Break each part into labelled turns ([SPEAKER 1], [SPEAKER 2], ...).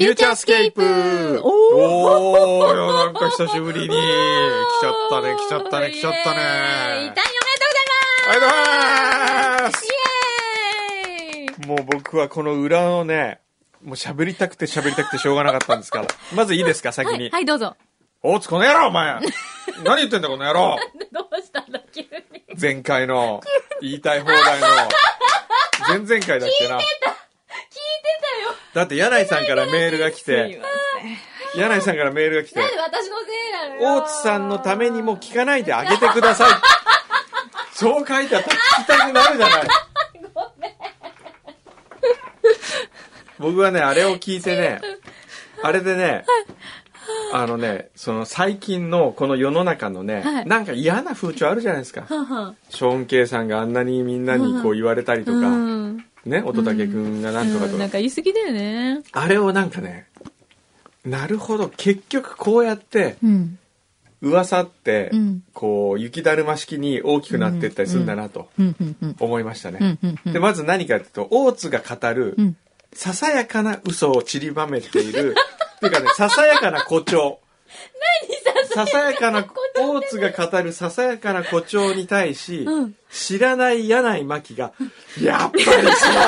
[SPEAKER 1] フューチャースケープ。おー、なんか久しぶりに来ちゃったね。
[SPEAKER 2] いたいおめでとうございます。
[SPEAKER 1] ありがとうございます。
[SPEAKER 2] イエーイ。
[SPEAKER 1] もう僕はこの裏のね、もう喋りたくてしょうがなかったんですから。まずいいですか、先に。
[SPEAKER 2] はい、どうぞ。
[SPEAKER 1] 大津この野郎、お前。何言ってんだ、この野郎。
[SPEAKER 2] どうしたんだ、急に。
[SPEAKER 1] 前回の、言いたい放題の、前々回だっけな。
[SPEAKER 2] 聞いてたよ。
[SPEAKER 1] だって柳井さんからメールが来て、柳井さんからメールが来て、
[SPEAKER 2] なんで私のせいなのよ。
[SPEAKER 1] 大津さんのためにも聞かないであげてください。そう書いてあったら聞きたくなるじゃない。
[SPEAKER 2] ごめん。
[SPEAKER 1] 僕はね、あれを聞いてね、あれでね、その最近のこの世の中のね、
[SPEAKER 2] はい
[SPEAKER 1] なんか嫌な風潮あるじゃないですか。
[SPEAKER 2] はは
[SPEAKER 1] ショーン・ケイさんがあんなにみんなにこう言われたりとか、ね、乙武くんがなんとかとか、
[SPEAKER 2] なんか言い過ぎだよね。
[SPEAKER 1] あれをなんかね、なるほど、結局こうやって噂って、こう雪だるま式に大きくなっていったりするんだなと思いましたね。で、まず何かというと、大津が語るささやかな嘘を散りばめているっていうかね、ささやかな誇張。ささやかな、大津が語るささやかな誇張に対し、知らない柳井真紀が、やっぱりそう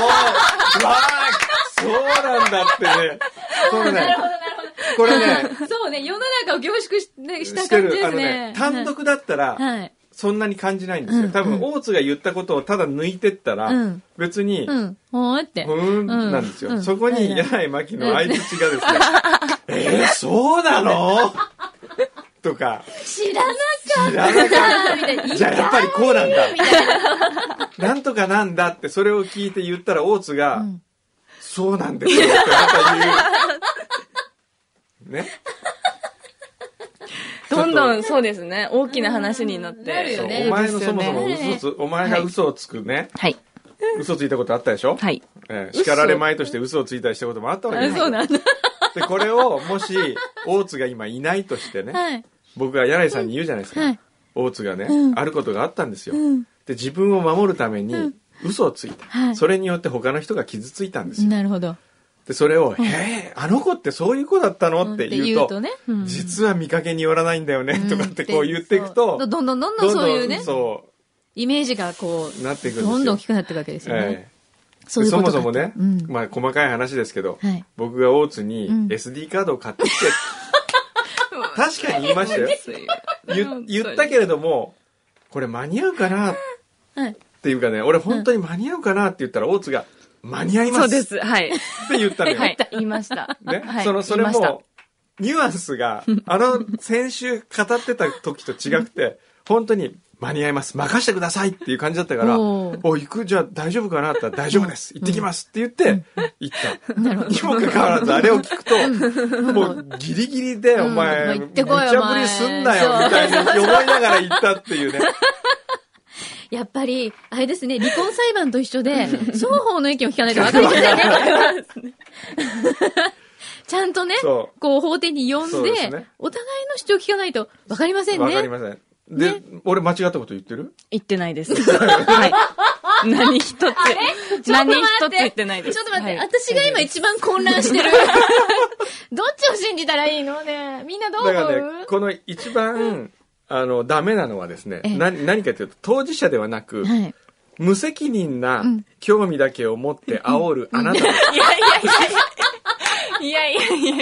[SPEAKER 1] そうなんだってね。これね、
[SPEAKER 2] そうね、世の中を凝縮した感じですね。
[SPEAKER 1] 単独だったら、そんなに感じないんですよ。多分、大津が言ったことをただ抜いてったら、別に、
[SPEAKER 2] ほーって。
[SPEAKER 1] なんですよ。そこに柳井真紀の相槌がですね、そうなのとか、
[SPEAKER 2] 知らなかった
[SPEAKER 1] じゃあやっぱりこうなんだ。なんとかなんだってそれを聞いて言ったら大津が、そうなんですよってまた言う。ね。
[SPEAKER 3] どんどんそうですね、大きな話になって。
[SPEAKER 1] お前のそもそもお前が嘘をつくね。
[SPEAKER 3] はい。
[SPEAKER 1] 嘘ついたことあったでしょ。
[SPEAKER 3] はい。
[SPEAKER 1] 叱られまいとして嘘をついたりしたこともあったわけです。
[SPEAKER 2] そうなんだ。
[SPEAKER 1] で、これをもし大津が今いないとしてね、僕が柳井さんに言うじゃないですか。大津がね、あることがあったんですよ。で、自分を守るために嘘をついた。それによって他の人が傷ついたんですよ。
[SPEAKER 2] なるほど。
[SPEAKER 1] で、それを、あの子ってそういう子だったのって言うと、実は見かけによらないんだよね、とかってこう言っていくと、
[SPEAKER 2] どんどんそういうね、イメージがこう、
[SPEAKER 1] なっていくんですよ。
[SPEAKER 2] どんどん大きくなっていくわけですよね。
[SPEAKER 1] そもそもね、まあ細かい話ですけど、僕が大津に SD カードを買ってきて、確かに言いましたよ。言ったけれども、これ間に合うかなっていうかね、俺本当に間に合うかなって言ったら大津が、間に合います。
[SPEAKER 3] そうです。はい。
[SPEAKER 1] って言ったのよ。
[SPEAKER 3] はい。言いました。
[SPEAKER 1] ね。それも、ニュアンスが、先週語ってた時と違くて、本当に間に合います。任せてくださいっていう感じだったから、行く、じゃあ大丈夫かなって言ったら大丈夫です。行ってきますって言って、行った。にもかかわらずあれを聞くと、もうギリギリで、お前、無茶ぶりすんなよ、みたいに思いながら行ったっていうね。
[SPEAKER 2] やっぱり、あれですね、離婚裁判と一緒で、双方の意見を聞かないと分かりませんね。ちゃんとね、こう法廷に呼んで、お互いの主張を聞かないと分かりませんね。
[SPEAKER 1] 分かりません。で、俺間違ったこと言ってる？
[SPEAKER 3] 言ってないです。はい。何一つ言ってないです。
[SPEAKER 2] ちょっと待って、私が今一番混乱してる。どっちを信じたらいいのね。みんなどう思う？
[SPEAKER 1] だからね、この一番、ダメなのはですね、何かというと、当事者ではなく、無責任な興味だけを持って煽るあなたです。
[SPEAKER 3] いや。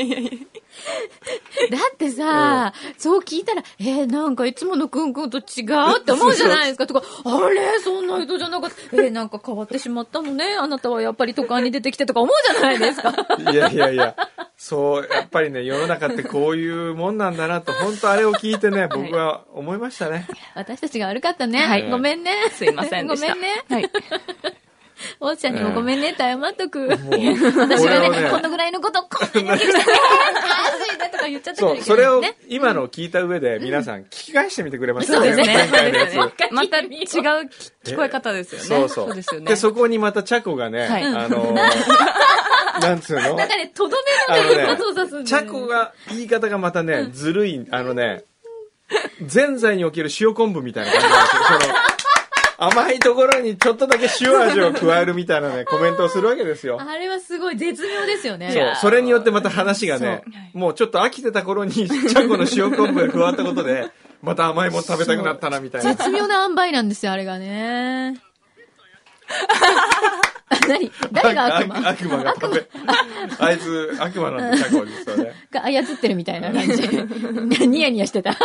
[SPEAKER 2] だってさ、そう聞いたら、なんかいつものくんくんと違うって思うじゃないですか。とか、あれそんな人じゃなかった。なんか変わってしまったのね。あなたはやっぱり都会に出てきてとか思うじゃないですか。
[SPEAKER 1] いや。そう、やっぱりね、世の中ってこういうもんなんだなと、本当あれを聞いてね、僕は思いましたね。
[SPEAKER 2] 私たちが悪かったね。ごめんね。
[SPEAKER 3] すいませんでした。
[SPEAKER 2] ごめんね。
[SPEAKER 3] はい。
[SPEAKER 2] 大津ちゃんにもごめんねって謝っとく。私がね、このぐらいのこと、こんなに言ってたね。とか言っちゃったから。
[SPEAKER 1] それを今の聞いた上で皆さん聞き返してみてくれますか？
[SPEAKER 3] そうですね。
[SPEAKER 1] 前回のやつ。
[SPEAKER 3] また違う聞こえ方ですよね。
[SPEAKER 1] そう
[SPEAKER 3] ですよね。
[SPEAKER 1] で、そこにまたチャコがね、なんつうの？
[SPEAKER 2] なんかね、とどめのないことを指すん
[SPEAKER 1] チャコが、言い方がまたね、ずるい、ぜんざいにおける塩昆布みたいな感じなんですよ。 甘いところにちょっとだけ塩味を加えるみたいなね、コメントをするわけですよ。
[SPEAKER 2] あれはすごい絶妙ですよね。
[SPEAKER 1] そう。それによってまた話がね、もうちょっと飽きてた頃に、ちゃこの塩昆布が加わったことで、また甘いもの食べたくなったな、みたいな。
[SPEAKER 2] 絶妙な塩梅なんですよ、あれがね。誰が悪魔？
[SPEAKER 1] 悪魔が食べ、あいつ悪魔なんで、ちゃこですよね。
[SPEAKER 2] が操ってるみたいな感じ。ニヤニヤしてた。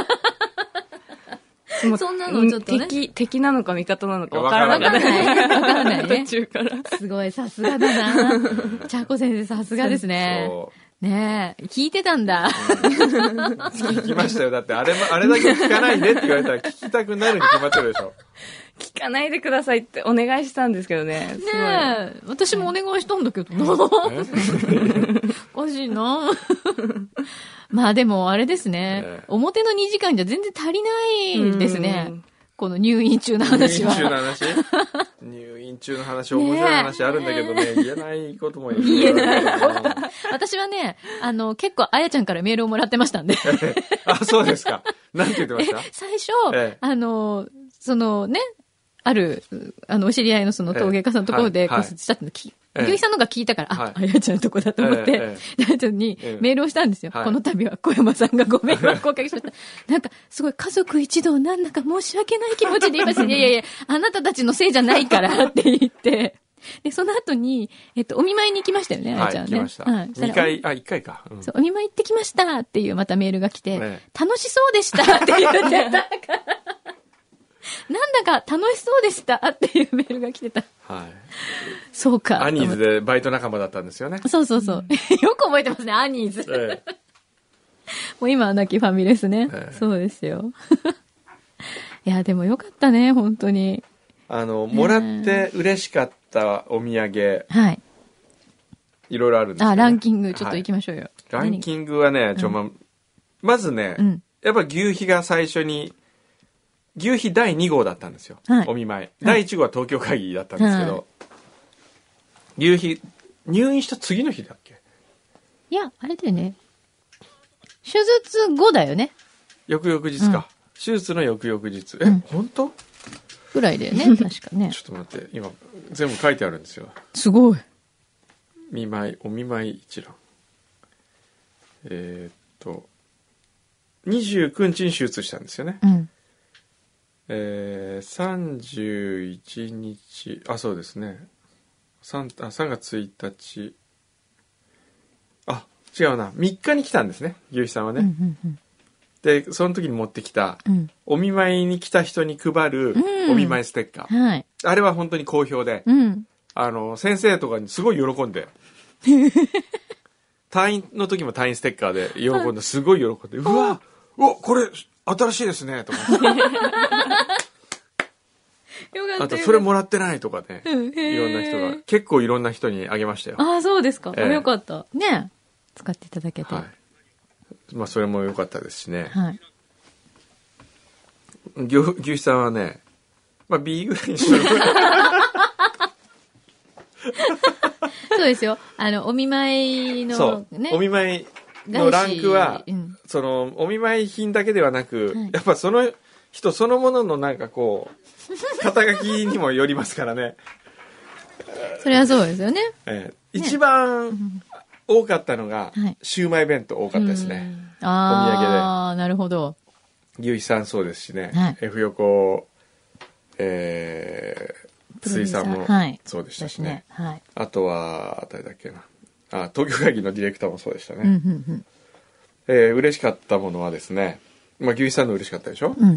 [SPEAKER 2] そんなのちょっとね。
[SPEAKER 3] 敵なのか味方なのか分からなかった。
[SPEAKER 2] わからないね。
[SPEAKER 3] 途中から。
[SPEAKER 2] すごい、さすがだな。ちゃこ先生さすがですね。ねえ、聞いてたんだ。
[SPEAKER 1] 聞きましたよ。だってあれだけ聞かないでって言われたら聞きたくなるに決まってるでしょ。
[SPEAKER 3] 聞かないでくださいってお願いしたんですけどね。
[SPEAKER 2] ねえ、私もお願いしたんだけどな。おかしいな。まあでもあれですね。表の2時間じゃ全然足りないですね。この入院中の話は。
[SPEAKER 1] 入院中の話、面白い話あるんだけどね、言えないことも
[SPEAKER 2] 言えない。私はね、結構あやちゃんからメールをもらってましたんで。
[SPEAKER 1] あ、そうですか。なんて言ってました？
[SPEAKER 2] 最初、そのね、ある、お知り合いのその陶芸家さんのところで骨折したっての牛肥さんのが聞いたから、あやちゃんのとこだと思って、あやちゃんにメールをしたんですよ。この度は小山さんがご迷惑をおかけしました。なんか、すごい家族一同なんだか申し訳ない気持ちで言いました。いや、あなたたちのせいじゃないからって言って、で、その後に、お見舞いに行きましたよね、あやちゃんね。
[SPEAKER 1] 行きました。2回、1回か。
[SPEAKER 2] そう、お見舞い行ってきましたっていうまたメールが来て、楽しそうでしたって言ってたから。なんだか楽しそうでしたっていうメールが来てた。はい。そうか。
[SPEAKER 1] アニーズでバイト仲間だったんですよね。
[SPEAKER 2] そう。よく覚えてますね、アニーズ。もう今は亡きファミレスね。そうですよ。いや、でもよかったね、本当に。
[SPEAKER 1] もらって嬉しかったお土産。はい。いろいろあるんですよね。
[SPEAKER 2] ランキングちょっと行きましょうよ。
[SPEAKER 1] ランキングはね、まずね、やっぱ牛皮が最初に、牛皮第2号だったんですよ、お見舞い。第1号は東京会議だったんですけど、牛皮、入院した次の日だっけ？
[SPEAKER 2] いや、あれだよね。手術後だよね。
[SPEAKER 1] 翌々日か。手術の翌々日。本当？
[SPEAKER 2] ぐらいだよね、確かね。
[SPEAKER 1] ちょっと待って、今、全部書いてあるんですよ。
[SPEAKER 2] すごい。
[SPEAKER 1] お見舞い一覧。29日に手術したんですよね。31日、そうですね。3月1日。違うな。3日に来たんですね、牛肥さんはね。で、その時に持ってきた、お見舞いに来た人に配るお見舞いステッカー。あれは本当に好評で、先生とかにすごい喜んで、退院の時も退院ステッカーで喜んで、すごい喜んで、うわ、これ、新しいですね、とか。あと、それもらってないとかね。いろんな人が、結構いろんな人にあげましたよ。
[SPEAKER 2] そうですか。よかった。ね、使っていただけて。
[SPEAKER 1] まあ、それも良かったですしね。牛肥さんはね、まあ、B ぐらいにしろ。
[SPEAKER 2] そうですよ。お見舞いの、ね。
[SPEAKER 1] お見舞いのランクは、その、お見舞い品だけではなく、やっぱその人そのもののなんかこう、肩書きにもよりますからね。
[SPEAKER 2] それはそうですよね。
[SPEAKER 1] 一番多かったのが、シウマイ弁当多かったですね。お土産で。
[SPEAKER 2] なるほど。
[SPEAKER 1] 牛肥さんそうですしね。F 横、水さんもそうでしたしね。あとは、誰だっけな。東京会議のディレクターもそうでしたね。嬉しかったものはですね、まあ、牛肥さんの嬉しかったでしょ？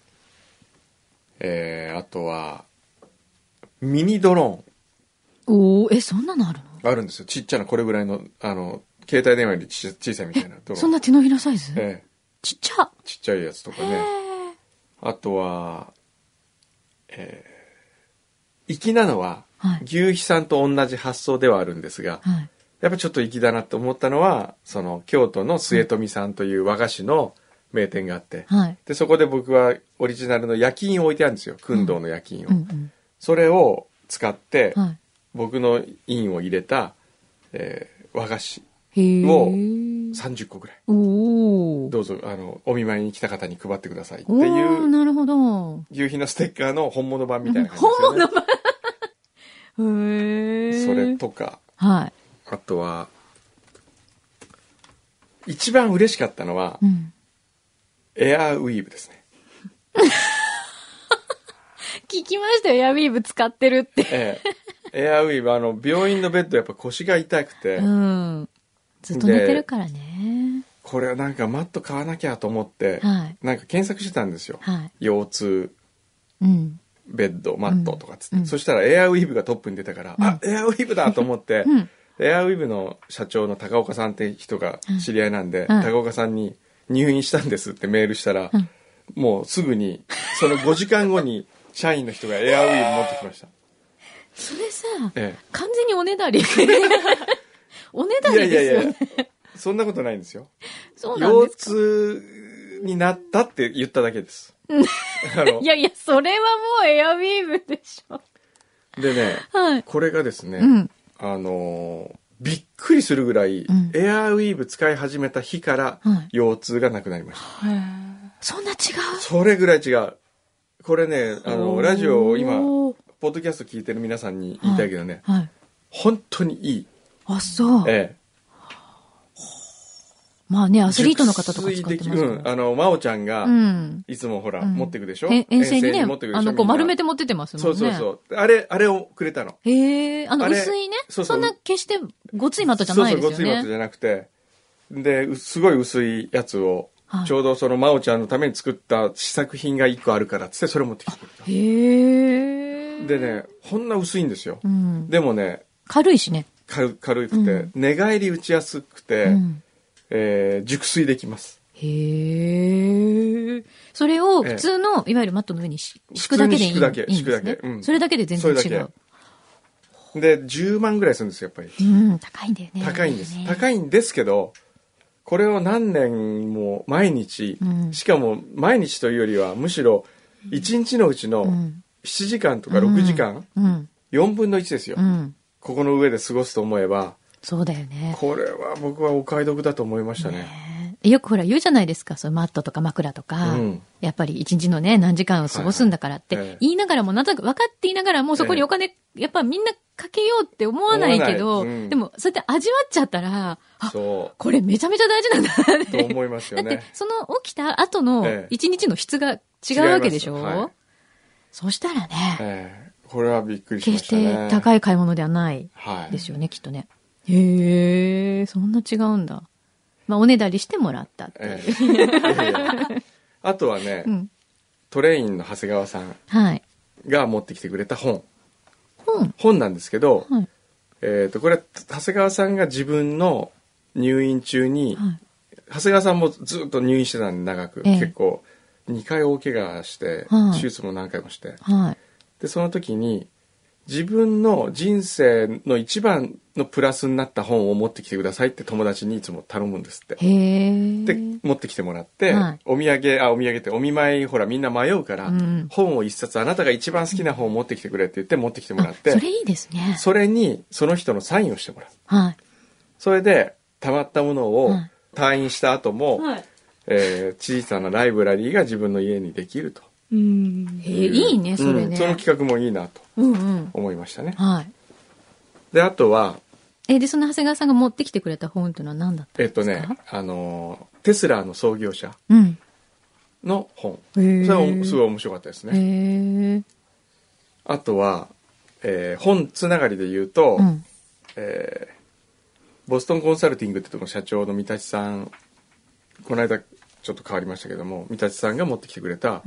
[SPEAKER 1] あとは、ミニドロ
[SPEAKER 2] ーン。そんなのあるの？
[SPEAKER 1] あるんですよ。ちっちゃなこれぐらいの、携帯電話より小さいみたいなドローン。
[SPEAKER 2] そんな手のひらサイズ？ちっち
[SPEAKER 1] ゃいやつとかね。あとは、粋なのは、牛肥さんと同じ発想ではあるんですが、やっぱちょっと粋だなと思ったのは、その京都の末富さんという和菓子の名店があって、でそこで僕はオリジナルの焼き印を置いてあるんですよ、訓導の焼き印を。それを使って、僕の印を入れた、和菓子を30個ぐらい出どうぞお見舞いに来た方に配ってくださいっていう
[SPEAKER 2] なるほど。
[SPEAKER 1] 夕日のステッカーの本物版みたいな感じですよね。
[SPEAKER 2] 本物版へー。
[SPEAKER 1] それとか、
[SPEAKER 2] はい。
[SPEAKER 1] あとは一番嬉しかったのは、エアーウィーヴですね。
[SPEAKER 2] 聞きましたよ、エアウィーヴ使ってるって。
[SPEAKER 1] エアウィーヴ、病院のベッドやっぱ腰が痛くて、
[SPEAKER 2] ずっと寝てるからね。
[SPEAKER 1] これはなんかマット買わなきゃと思って、なんか検索してたんですよ。腰痛、ベッド、マットとかつって。そしたらエアウィーヴがトップに出たから、あ、エアウィーヴだと思って、エアウィーヴの社長の高岡さんって人が知り合いなんで、高岡さんに入院したんですってメールしたら、もうすぐに、その5時間後に社員の人がエアウィーヴ持ってきました。
[SPEAKER 2] それさ、完全におねだり。おねだりですよね。
[SPEAKER 1] いやそんなことないんですよ。
[SPEAKER 2] そうなんですか。
[SPEAKER 1] 腰痛になったって言っただけです。
[SPEAKER 2] いやいや、それはもうエアウィーヴでしょ。
[SPEAKER 1] でね、これがですね、びっくりするぐらい、エアウィーヴ使い始めた日から腰痛がなくなりました。
[SPEAKER 2] そんな違う？
[SPEAKER 1] それぐらい違う。これね、ラジオを今、ポッドキャスト聞いてる皆さんに言いたいけどね、本当にいい。
[SPEAKER 2] あ、そう。まあね、アスリートの方とか使ってますから。
[SPEAKER 1] 真央ちゃんが、いつもほら、持ってくでしょ？
[SPEAKER 2] 遠征にね、こう丸めて持ってってますもんね。
[SPEAKER 1] そう。あれをくれたの。
[SPEAKER 2] へえ、薄いね。そんな決してごついマットじゃないですよね。
[SPEAKER 1] ごついマットじゃなくて、で、すごい薄いやつを、ちょうどその真央ちゃんのために作った試作品が1個あるからっつってそれ持ってきてくれた。
[SPEAKER 2] へえ。
[SPEAKER 1] でね、こんな薄いんですよ。でもね、
[SPEAKER 2] 軽いしね。
[SPEAKER 1] 軽くて、寝返り打ちやすくて、熟睡できます。
[SPEAKER 2] へえ。それを普通の、いわゆるマットの上に敷くだけでいいんですね。敷くだけ。それだけで全然違う。
[SPEAKER 1] で、10万ぐらいするんですよ、やっぱり。
[SPEAKER 2] 高いんだよね。
[SPEAKER 1] 高いんです。高いんですけど、これを何年も毎日、しかも毎日というよりは、むしろ1日のうちの7時間とか6時間、4分の1ですよ。ここの上で過ごすと思えば、
[SPEAKER 2] そうだよね。
[SPEAKER 1] これは僕はお買い得だと思いましたね。
[SPEAKER 2] よくほら言うじゃないですか、そのマットとか枕とか、やっぱり一日のね、何時間を過ごすんだからって言いながらも、なんとなく分かっていながらも、そこにお金、やっぱみんなかけようって思わないけど、でもそうやって味わっちゃったら、これめちゃめちゃ大事なんだね。
[SPEAKER 1] と思いますよね。
[SPEAKER 2] だって、その起きた後の一日の質が違うわけでしょ？そしたらね、
[SPEAKER 1] これはびっくりしましたね。
[SPEAKER 2] 決して高い買い物ではないですよね、きっとね。へえ、そんな違うんだ。まあ、おねだりしてもらったっていう。
[SPEAKER 1] あとはね、トレインの長谷川さんが持ってきてくれた本なんですけど、これ長谷川さんが自分の入院中に、長谷川さんもずっと入院してたんで長く、結構2回大怪我して、手術も何回もして、でその時に自分の人生の一番のプラスになった本を持ってきてくださいって友達にいつも頼むんですって。で持ってきてもらって、お土産ってお見舞いほらみんな迷うから、本を一冊あなたが一番好きな本を持ってきてくれって言って持ってきてもらって、
[SPEAKER 2] それいいですね。
[SPEAKER 1] それにその人のサインをしてもらう。それでたまったものを退院した後も、小さなライブラリーが自分の家にできると。
[SPEAKER 2] いいね、それね。
[SPEAKER 1] その企画もいいなと思いましたね。で、あとは、
[SPEAKER 2] で、その長谷川さんが持ってきてくれた本というのは何だったんですか？
[SPEAKER 1] テスラの創業者の本。それはすごい面白かったですね。あとは、本つながりで言うと、ボストンコンサルティングってところの社長の三立さん、この間ちょっと変わりましたけども、三立さんが持ってきてくれた、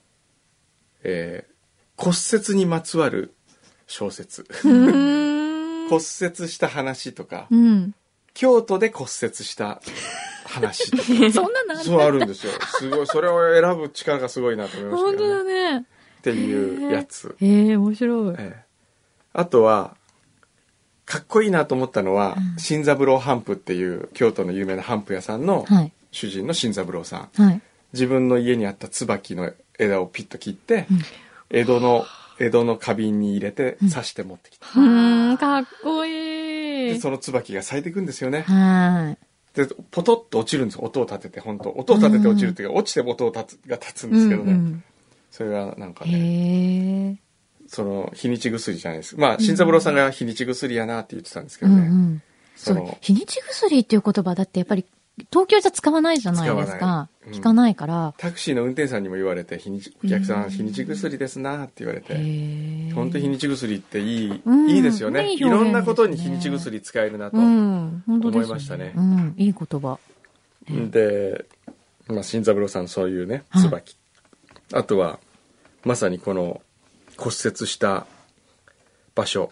[SPEAKER 1] 骨折にまつわる小説。骨折した話とか、京都で骨折した話とか。
[SPEAKER 2] そんなのある？
[SPEAKER 1] そうあるんですよ。すごい、それを選ぶ力がすごいなと思いましたけど、ね。
[SPEAKER 2] 本当だね。
[SPEAKER 1] っていうやつ。
[SPEAKER 2] 面白い。
[SPEAKER 1] あとは、かっこいいなと思ったのは、新三郎帆布っていう京都の有名な帆布屋さんの主人の新三郎さん。自分の家にあった椿の枝をピッと切って、江戸の花瓶に入れて刺して持ってきた。
[SPEAKER 2] かっこいい。
[SPEAKER 1] でその椿が咲いていくんですよね。 で、ポトッと落ちるんですよ。音を立てて、本当音を立てて落ちるっていうか、落ちて音が立つんですけどね。それがなんかね、その、日にち薬じゃないです。まあ、新三郎さんが日にち薬やなって言ってたんですけどね。
[SPEAKER 2] そう、日にち薬っていう言葉だってやっぱり、東京じゃ使わないじゃないですか。聞かないから。
[SPEAKER 1] タクシーの運転手さんにも言われて、お客さん、日にち薬ですなって言われて。本当日にち薬っていいですよね。いろんなことに日にち薬使えるなと思いましたね。
[SPEAKER 2] いい言葉。
[SPEAKER 1] で、まあ、新三郎さんそういうね、椿。あとは、まさにこの骨折した場所。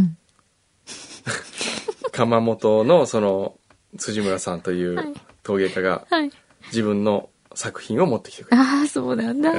[SPEAKER 1] 窯元のその、辻村さんという陶芸家が自分の作品を持ってきてくれる。
[SPEAKER 2] ああ、そうなんだ。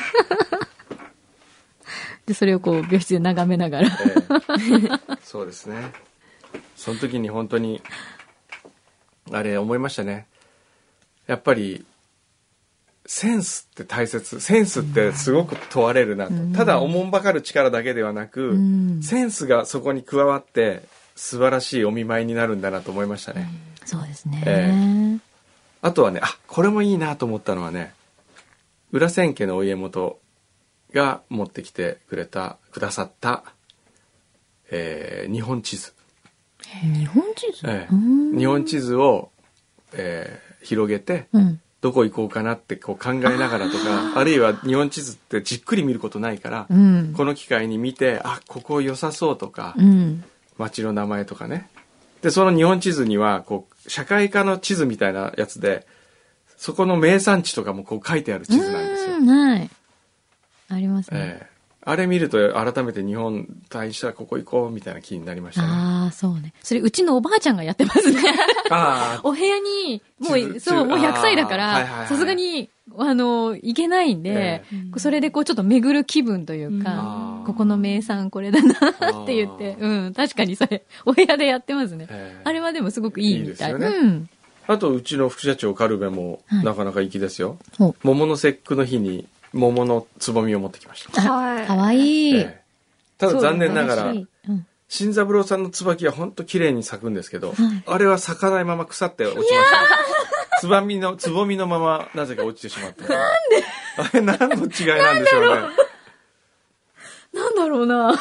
[SPEAKER 2] で、それをこう、病室で眺めながら。
[SPEAKER 1] そうですね。その時に本当に、あれ思いましたね。やっぱり、センスって大切。センスってすごく問われるなと。ただ、おもんばかる力だけではなく、センスがそこに加わって、素晴らしいお見舞いになるんだなと思いましたね。
[SPEAKER 2] そうですね。
[SPEAKER 1] あとはね、これもいいなと思ったのはね、裏千家のお家元が持ってきてくださった、日本地図。
[SPEAKER 2] 日本地図、
[SPEAKER 1] 日本地図を、広げて、どこ行こうかなってこう考えながらとか、あるいは日本地図ってじっくり見ることないから、この機会に見て、ここ良さそうとか、街の名前とかね。で、その日本地図には、こう、社会科の地図みたいなやつで、そこの名産地とかもこう書いてある地図なんですよ。
[SPEAKER 2] はい。ありますね。
[SPEAKER 1] あれ見ると改めて日本大したらここ行こうみたいな気になりましたね。
[SPEAKER 2] ああ、そうね。それうちのおばあちゃんがやってますね。お部屋に、もう100歳だから、さすがに、行けないんで、それでこうちょっと巡る気分というか、ここの名産これだなって言って、確かにそれ、お部屋でやってますね。あれはでもすごくいいみたい。いいですよね。
[SPEAKER 1] あと、うちの副社長カルベもなかなか粋ですよ。桃の節句の日に桃のつぼみを持ってきました。
[SPEAKER 2] かわいい。
[SPEAKER 1] ただ残念ながら、新三郎さんの椿は本当綺麗に咲くんですけど、あれは咲かないまま腐って落ちました。つぼみのままなぜか落ちてしまった。なんであれ何の違いなんでしょうね。
[SPEAKER 2] なんだろうな。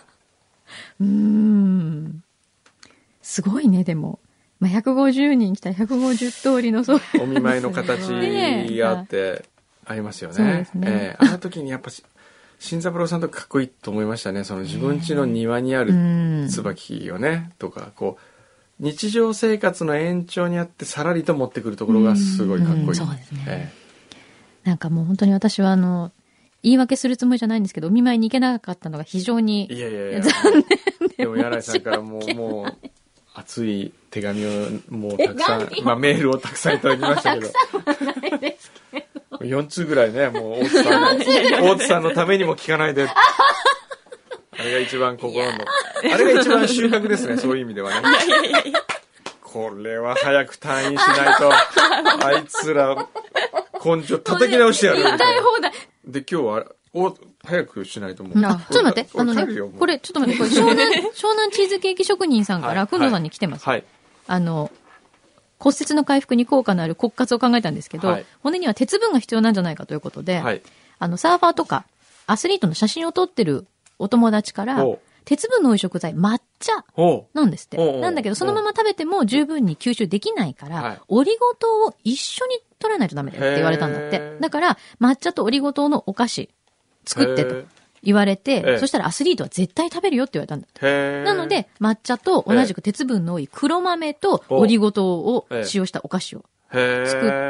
[SPEAKER 2] すごいね、でも。150人来たら150通りのそういう。
[SPEAKER 1] お見舞いの形があって、ありますよね。そうですね。あの時にやっぱ新三郎さんとかっこいいと思いましたね。その自分家の庭にある椿をね、とか、こう、日常生活の延長にあってさらりと持ってくるところがすごいかっこいい。
[SPEAKER 2] そうですね。なんかもう本当に私は言い訳するつもりじゃないんですけど、お見舞いに行けなかったのが非常に残念
[SPEAKER 1] でも柳井さんからもう熱い手紙をもうたくさん、メールをたくさんいただきましたけど。4通ぐらいね、もう大津さんのためにも聞かないで。あれが一番心の、あれが一番収穫ですね、そういう意味ではね。これは早く退院しないと、あいつら根性叩き直してやるみたいな。で、今日は早くしないともう。
[SPEAKER 2] ちょっと待って、これ、ちょっと待って、これ、湘南チーズケーキ職人さんから、くんどさんに来てます。はい。骨折の回復に効果のある骨活を考えたんですけど、骨には鉄分が必要なんじゃないかということで、サーファーとかアスリートの写真を撮ってるお友達から、鉄分の多い食材、抹茶なんですって。なんだけど、そのまま食べても十分に吸収できないから、オリゴ糖を一緒に取らないとダメだよって言われたんだって。だから、抹茶とオリゴ糖のお菓子作ってと言われて、そしたらアスリートは絶対食べるよって言われたんだ。なので、抹茶と同じく鉄分の多い黒豆とオリゴ糖を使用したお菓子を作って、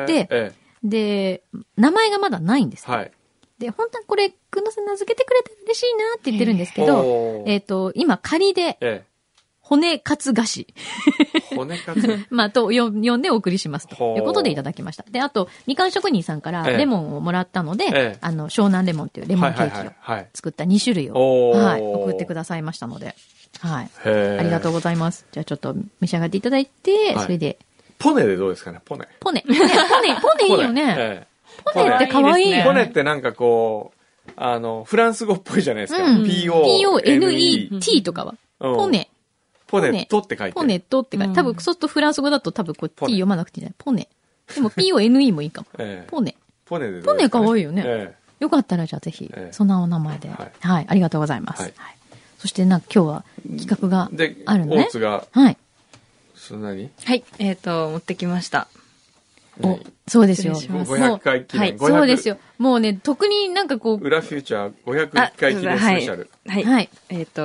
[SPEAKER 2] で、名前がまだないんです。で、本当はこれ、くんのさん名付けてくれて嬉しいなって言ってるんですけど、今仮で、骨カツ菓子。
[SPEAKER 1] 骨カツ
[SPEAKER 2] と呼んでお送りしますということでいただきました。で、あと、みかん職人さんからレモンをもらったので、湘南レモンっていうレモンケーキを作った2種類を、送ってくださいましたので、ありがとうございます。じゃあちょっと召し上がっていただいて、それで。
[SPEAKER 1] ポネでどうですかね、ポネ。
[SPEAKER 2] ポネいいよね。ポネって可愛いよね。
[SPEAKER 1] ポネってなんかこう、フランス語っぽいじゃないですか。
[SPEAKER 2] P-O-N-E-T とかは。ポネ。
[SPEAKER 1] ポネットって書いて。
[SPEAKER 2] ポネットって書いて。多分、そうするとフランス語だと多分こう T 読まなくていいんじゃない？ポネ。でも P-O-N-E もいいかも。ポネ。
[SPEAKER 1] ポネで。
[SPEAKER 2] ポネ可愛いよね。よかったらじゃあぜひ、そんなお名前で。はい。ありがとうございます。はい。そして今日は企画があるのね。
[SPEAKER 1] 大津が。
[SPEAKER 2] はい。
[SPEAKER 1] そんなに？
[SPEAKER 3] はい。持ってきました。
[SPEAKER 2] お、そうですよ。
[SPEAKER 1] 500回記念。
[SPEAKER 2] そうですよ。もうね、特になんかこう。
[SPEAKER 1] 裏フューチャー501回記念スペシャル。
[SPEAKER 3] はい。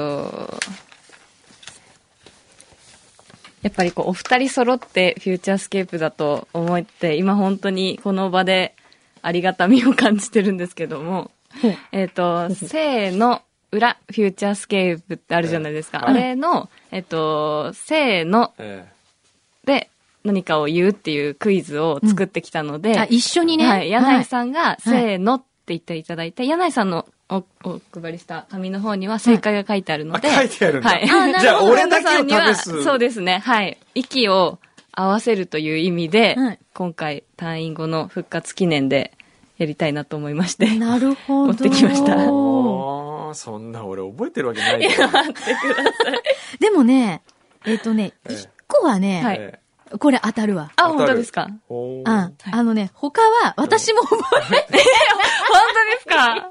[SPEAKER 3] やっぱりこう、お二人揃ってフューチャースケープだと思って、今本当にこの場でありがたみを感じてるんですけども、せーの、裏フューチャースケープってあるじゃないですか。あれの、せーの、で、何かを言うっていうクイズを作ってきたので、
[SPEAKER 2] 一緒にね。
[SPEAKER 3] はい。柳井さんが、せーのって言っていただいて、柳井さんのお配りした紙の方には正解が書いてあるので。
[SPEAKER 1] 書いてあるんだ。
[SPEAKER 3] はい。
[SPEAKER 1] じゃあ、俺だけを試す。
[SPEAKER 3] そうですね。はい。息を合わせるという意味で、今回、退院後の復活記念でやりたいなと思いまして。
[SPEAKER 2] なるほど。
[SPEAKER 3] 持ってきました。
[SPEAKER 1] そんな俺覚えてるわけないよ。
[SPEAKER 3] 待ってください。
[SPEAKER 2] でもね、一個はね、
[SPEAKER 3] はい。
[SPEAKER 2] これ当たるわ。
[SPEAKER 3] あ、本当ですか？
[SPEAKER 2] 他は私も覚えてる。
[SPEAKER 3] 本当ですか？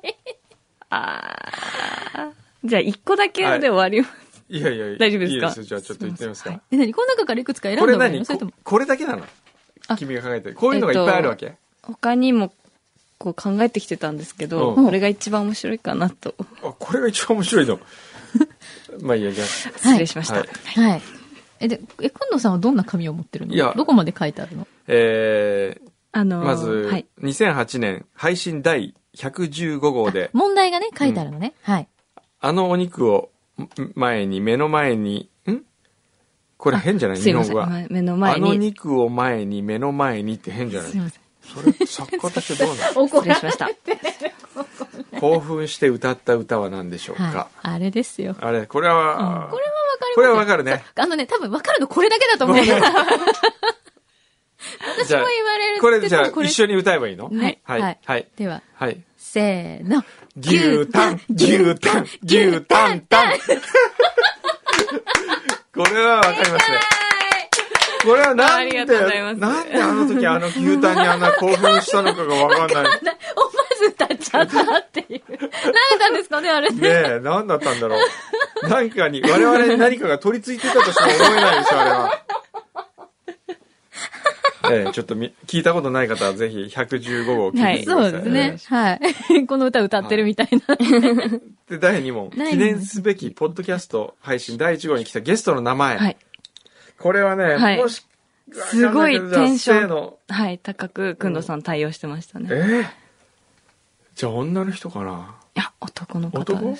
[SPEAKER 3] じゃあ、一個だけで終わります。
[SPEAKER 1] いやいや、
[SPEAKER 3] 大丈夫ですか？
[SPEAKER 1] いいですよ。じゃあちょっと言ってみますか。
[SPEAKER 2] 何この中からいくつか選んだ方がいいの？それとも。
[SPEAKER 1] これだけなの？君が考えてる。こういうのがいっぱいあるわけ？
[SPEAKER 3] 他にも、こう考えてきてたんですけど、これが一番面白いかなと。
[SPEAKER 1] これが一番面白いの。まあいいや、じゃあ。
[SPEAKER 3] 失礼しました。
[SPEAKER 2] はい。くんのさんはどんな紙を持ってるの？どこまで書いてあるの？
[SPEAKER 1] まず、2008年配信第115号で。
[SPEAKER 2] 問題がね、書いてあるのね。はい。
[SPEAKER 1] あのお肉を目の前に、これ変じゃない？日本語は。
[SPEAKER 3] 目の前に。
[SPEAKER 1] あの肉を前に、目の前にって変じゃない？すいません。それ、作家としてどうなの？
[SPEAKER 3] 失礼しました。
[SPEAKER 1] 興奮して歌った歌は何でしょうか？
[SPEAKER 2] あれですよ。
[SPEAKER 1] あれ、これはわかる。
[SPEAKER 2] これは
[SPEAKER 1] わかるね。
[SPEAKER 2] 多分わかるのこれだけだと思う。私も言われる
[SPEAKER 1] これじゃあ一緒に歌えばいいの？
[SPEAKER 2] はい。
[SPEAKER 1] はい。
[SPEAKER 2] では、
[SPEAKER 1] はい。
[SPEAKER 2] せーの。
[SPEAKER 1] 牛タン。これはわかりますね。これはなんであの時牛タンにあんな興奮したのかがわかんない。
[SPEAKER 2] 思わず歌っちゃったっていう。何だったんですかね、あれね。
[SPEAKER 1] ねえ、何だったんだろう。我々に何かが取り付いてたとしか思えないでしょ、あれは。ちょっと聞いたことない方はぜひ115号を聞いてください。
[SPEAKER 2] そうですね。はい。この歌歌ってるみたいな。
[SPEAKER 1] で、第2問。記念すべきポッドキャスト配信第1号に来たゲストの名前。はい。これはね、
[SPEAKER 3] すごいテンション、高く、くんどさん対応してましたね。
[SPEAKER 1] じゃあ女の人かな？
[SPEAKER 3] いや、男の方です。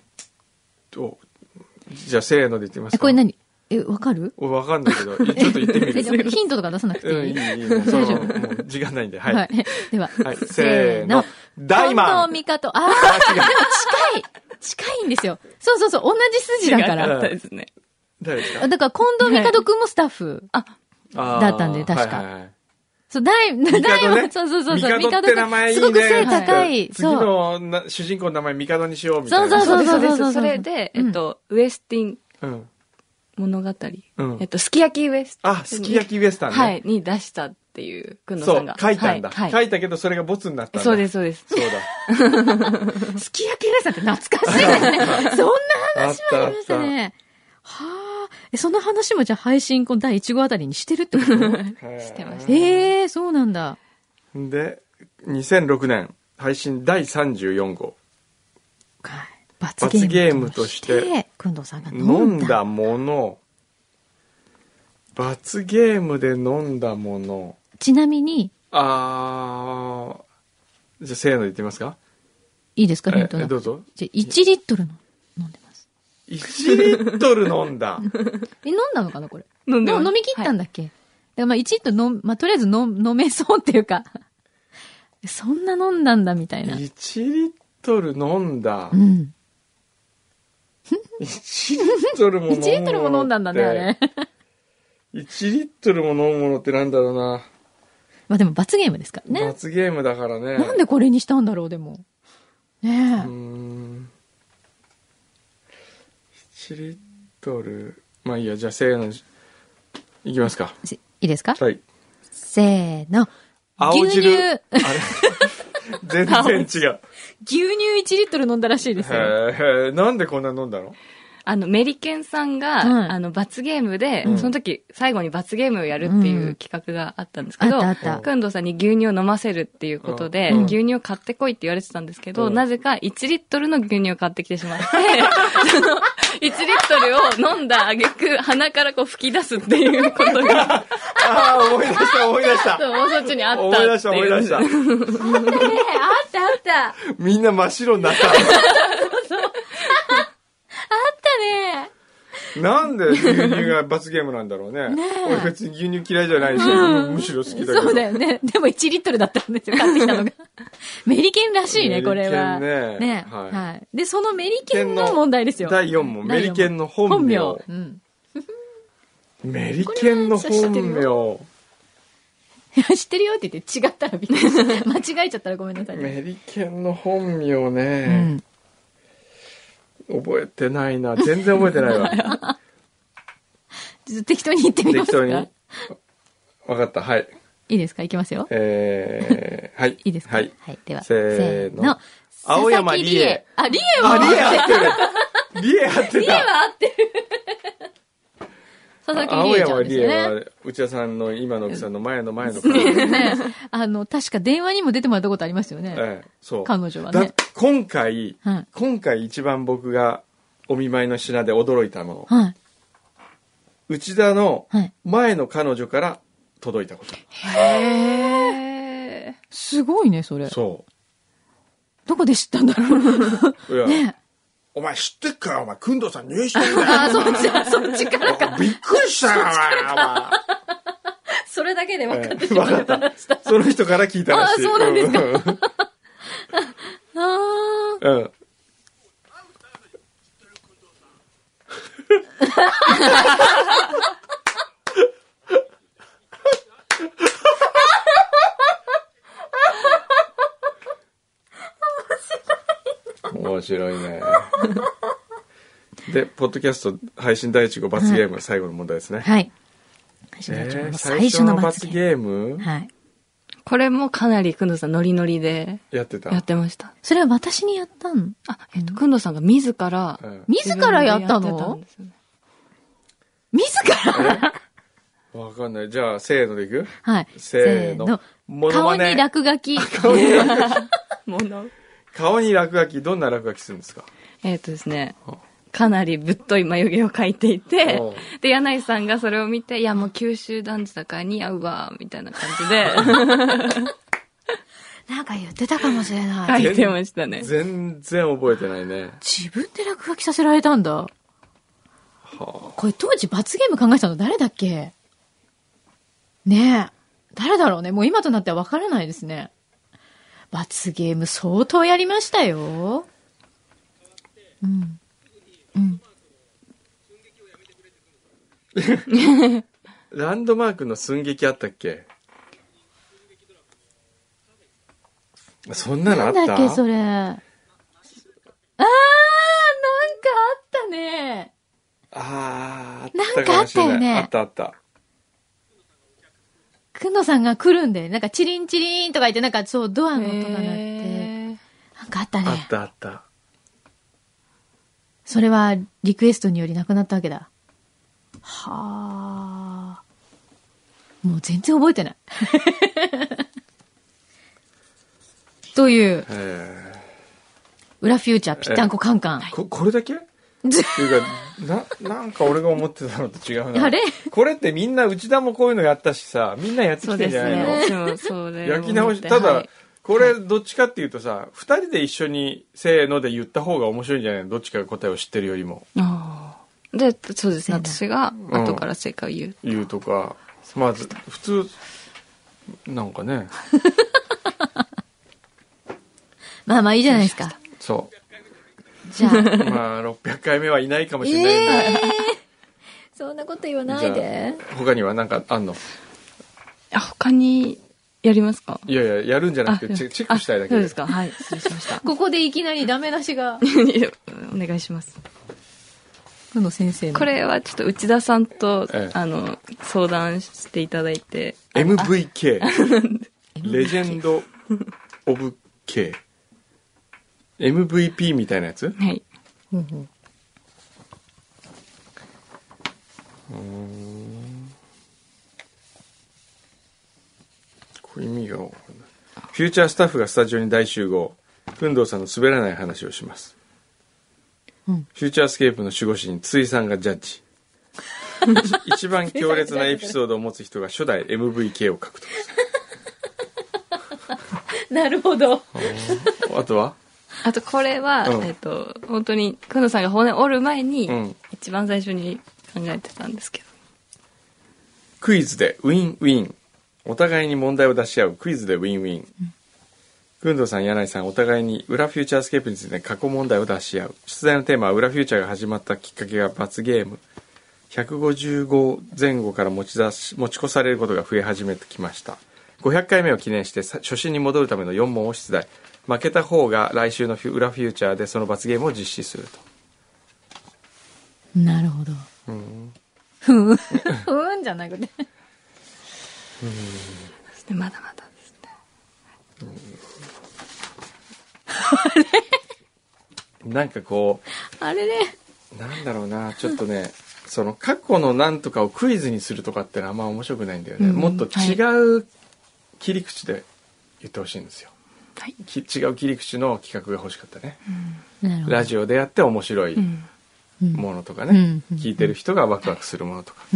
[SPEAKER 1] じゃあ、せーので言ってみますか。
[SPEAKER 2] これ何？わかる？
[SPEAKER 1] わかんないけど、ちょっと言ってみる。
[SPEAKER 2] ヒントとか出さなくていい？
[SPEAKER 1] いい。もう時間ないんで。はい。
[SPEAKER 2] では、
[SPEAKER 1] せーの。大満。
[SPEAKER 2] 近藤美香と、でも近いんですよ。そう、同じ筋だから。
[SPEAKER 3] 違ったですね。
[SPEAKER 1] 誰ですか？
[SPEAKER 2] だから、近藤美香くんもスタッフだったんで、確か。そう、大満、そう。
[SPEAKER 1] ミカドって名前いいね。
[SPEAKER 2] すごく背高い。
[SPEAKER 1] 次の主人公の名前ミカドにしようみたいな。
[SPEAKER 2] そう。
[SPEAKER 3] それで、ウエスティン物語。すき焼きウエスタン。
[SPEAKER 1] すき焼きウエスタンね。
[SPEAKER 3] はい、に出したっていう、くんのさんが。
[SPEAKER 1] そう、書いたんだ。書いたけど、それがボツになったんだ。
[SPEAKER 3] そうです。
[SPEAKER 1] そうだ。
[SPEAKER 2] すき焼きウエスタンって懐かしいですね。そんな話もありましたね。はあ。その話もじゃあ配信第1号あたりにしてるってこと？
[SPEAKER 3] してました。
[SPEAKER 2] そうなんだ。
[SPEAKER 1] で、2006年配信第34号。
[SPEAKER 2] 罰ゲームとして、くんどさんが
[SPEAKER 1] 飲んだもの。罰ゲームで飲んだもの。
[SPEAKER 2] ちなみに。
[SPEAKER 1] じゃあ、せーので言ってみますか？
[SPEAKER 2] いいですか、ヒント
[SPEAKER 1] どうぞ。
[SPEAKER 2] じゃあ、1リットル飲んでます。
[SPEAKER 1] 1リットル飲んだ。
[SPEAKER 2] 飲んだのかな、これ。飲み切ったんだっけ？だから1リットルとりあえず飲めそうっていうか、そんな飲んだんだみたいな。
[SPEAKER 1] 1リットル飲んだ。1リットルも飲むものって。1リットルも飲んだんだね、あれ。1リットルも飲むものってなんだろうな。
[SPEAKER 2] まあでも罰ゲームですからね。
[SPEAKER 1] 罰ゲームだからね。
[SPEAKER 2] なんでこれにしたんだろう、でも。ねえ。
[SPEAKER 1] 1リットル。 まあいいや、じゃあせーの、いきますか。
[SPEAKER 2] いいですか？
[SPEAKER 1] はい。
[SPEAKER 2] せーの。
[SPEAKER 1] 青汁。
[SPEAKER 2] 牛乳。
[SPEAKER 1] あれ全然違う。
[SPEAKER 2] 牛乳1リットル飲んだらしいですよ。
[SPEAKER 1] へえ、なんでこんな飲んだの？
[SPEAKER 3] メリケンさんが、
[SPEAKER 2] はい、
[SPEAKER 3] 罰ゲームで、その時、最後に罰ゲームをやるっていう企画があったんですけど、くんどうさんに牛乳を飲ませるっていうことで、牛乳を買ってこいって言われてたんですけど、なぜか1リットルの牛乳を買ってきてしまって、その、1リットルを飲んだ挙句、鼻からこう吹き出すっていうことが。
[SPEAKER 1] ああ、思い出した。
[SPEAKER 3] そう、もうそっちにあったっていう。
[SPEAKER 1] 思い出した。
[SPEAKER 2] あった。
[SPEAKER 1] みんな真っ白になった。
[SPEAKER 2] あったね。
[SPEAKER 1] なんで牛乳が罰ゲームなんだろうね。俺別に牛乳嫌いじゃないし、むしろ好きだけど。
[SPEAKER 2] そうだよね。でも1リットルだったんですよ、買ってきたのが。メリケンらしいね、これは。ね。はい。で、そのメリケンの問題ですよ。
[SPEAKER 1] 第4問、メリケンの本名。メリケンの本名。
[SPEAKER 2] 知ってるよって言って違ったらびっくりした。間違えちゃったらごめんなさい。
[SPEAKER 1] メリケンの本名ね。覚えてないな。全然覚えてないわ。
[SPEAKER 2] 適当に言ってみますか？適当に。
[SPEAKER 1] わかった。はい。
[SPEAKER 2] いいですか？いきますよ。
[SPEAKER 1] はい。
[SPEAKER 2] いいですか？
[SPEAKER 1] はい。
[SPEAKER 2] では。
[SPEAKER 1] せーの。青山理恵。
[SPEAKER 2] あ、理恵は
[SPEAKER 1] 合ってる。理恵合ってた。
[SPEAKER 2] 理恵は合ってる。佐々木理恵ちゃんですよね。
[SPEAKER 1] 青山理恵は、内田さんの今の奥さんの前の方
[SPEAKER 2] ね。確か電話にも出てもらったことありますよね。
[SPEAKER 1] そう。
[SPEAKER 2] 彼女はね。
[SPEAKER 1] 今回一番僕がお見舞いの品で驚いたの。はい。内田の前の彼女から届いたこと。
[SPEAKER 2] へー。すごいね、それ。
[SPEAKER 1] そう。
[SPEAKER 2] どこで知ったんだろう。ね。
[SPEAKER 1] お前知ってっかよ、お前、くんどうさん入院してんだよ。
[SPEAKER 2] あ、そっちからか。
[SPEAKER 1] びっくりしたよ、お前。
[SPEAKER 2] それだけで分かってしまった。
[SPEAKER 1] その人から聞いたらしい。
[SPEAKER 2] あ、そうなんですか。
[SPEAKER 1] うん。面白いね。で、ポッドキャスト配信第1号罰ゲーム、最後の問題ですね。はい。最初の罰ゲーム？
[SPEAKER 2] はい。
[SPEAKER 3] これもかなりくんどさんノリノリで
[SPEAKER 1] やって
[SPEAKER 3] ました。
[SPEAKER 2] それは私にやったの？
[SPEAKER 3] くんどさんが自ら
[SPEAKER 2] やったの？自ら
[SPEAKER 1] わかんない。じゃあ、せーのでいく？
[SPEAKER 2] はい。
[SPEAKER 1] せーの。
[SPEAKER 2] 顔に落書き。
[SPEAKER 1] 顔に落書き、どんな落書きするんですか？
[SPEAKER 3] ですね。かなりぶっとい眉毛を描いていて、で、柳井さんがそれを見て、いや、もう九州男児だから似合うわ、みたいな感じで。
[SPEAKER 2] なんか言ってたかもしれない。
[SPEAKER 3] 書いてましたね。
[SPEAKER 1] 全然覚えてないね。
[SPEAKER 2] 自分で落書きさせられたんだ。これ当時罰ゲーム考えたの誰だっけ？ねえ。誰だろうね。もう今となっては分からないですね。罰ゲーム相当やりましたよ。うん。
[SPEAKER 1] ランドマークの寸劇あったっけ？そんなのあった？
[SPEAKER 2] なんだっけそれ。なんかあったね。
[SPEAKER 1] あった
[SPEAKER 2] なんかあったよね。
[SPEAKER 1] あった。
[SPEAKER 2] くんのさんが来るんで、なんかチリンチリンとか言って、なんかそうドアの音が鳴って、なんかあったね。
[SPEAKER 1] あった。
[SPEAKER 2] それはリクエストによりなくなったわけだ。はあ。もう全然覚えてない。という、裏フューチャーぴったんこカンカン。
[SPEAKER 1] これだけっていうか、なんか俺が思ってたのと違うな。
[SPEAKER 2] あれ
[SPEAKER 1] これってみんな、内田もこういうのやったしさ、みんなやってきてんじゃないの？
[SPEAKER 3] そうですね。
[SPEAKER 1] 焼き直し、ただ、これどっちかっていうとさ、二人で一緒にせーので言った方が面白いんじゃないの？どっちかが答えを知ってるよりも。
[SPEAKER 3] で、そうですね。私が後から正解を言う。
[SPEAKER 1] 言うとか、まず、普通、なんかね。
[SPEAKER 2] まあいいじゃないですか。
[SPEAKER 1] そう。
[SPEAKER 2] じゃあ。
[SPEAKER 1] まあ、600回目はいないかもしれないんだ。
[SPEAKER 2] そんなこと言わないで。
[SPEAKER 1] 他には何かあんの？
[SPEAKER 3] 他にやりますか？
[SPEAKER 1] いや、やるんじゃなくてチェックしたいだけで。
[SPEAKER 3] そうですか。はい、失礼しました。
[SPEAKER 2] ここでいきなりダメ出しが。
[SPEAKER 3] お願いします。
[SPEAKER 2] 工藤先生の。
[SPEAKER 3] これはちょっと内田さんと、相談していただいて。
[SPEAKER 1] MVK。レジェンド・オブ・ K。MVP みたいなやつ？
[SPEAKER 3] はい。
[SPEAKER 1] これ意味が分かんない。フューチャースタッフがスタジオに大集合。工藤さんの滑らない話をします。フューチャースケープの守護神筒井さんがジャッジ。一番強烈なエピソードを持つ人が初代 MVK を獲得す
[SPEAKER 2] る。なるほど。
[SPEAKER 1] あとは？
[SPEAKER 3] あとこれは、本当に工藤さんが骨折る前に、一番最初に考えてたんですけど。
[SPEAKER 1] クイズでウィンウィン。お互いに問題を出し合うクイズでウィンウィン。工藤さん、柳井さん、お互いに裏フューチャースケープについて過去問題を出し合う。出題のテーマは裏フューチャーが始まったきっかけが罰ゲーム。155前後から持ち越されることが増え始めてきました。500回目を記念して初心に戻るための4問を出題。負けた方が来週の裏フューチャーでその罰ゲームを実施すると。
[SPEAKER 2] なるほど。ふんじゃなくて。
[SPEAKER 3] そしてまだまだですね。
[SPEAKER 2] あ
[SPEAKER 1] れなんかこ
[SPEAKER 2] う、あれね。
[SPEAKER 1] なんだろうな、ちょっとね、その過去のなんとかをクイズにするとかってのはあんま面白くないんだよね。もっと違う切り口で言ってほしいんですよ。はい、違う切り口の企画が欲しかったね。ラジオでやって面白いものとかね、聞いてる人がワクワクするものとか。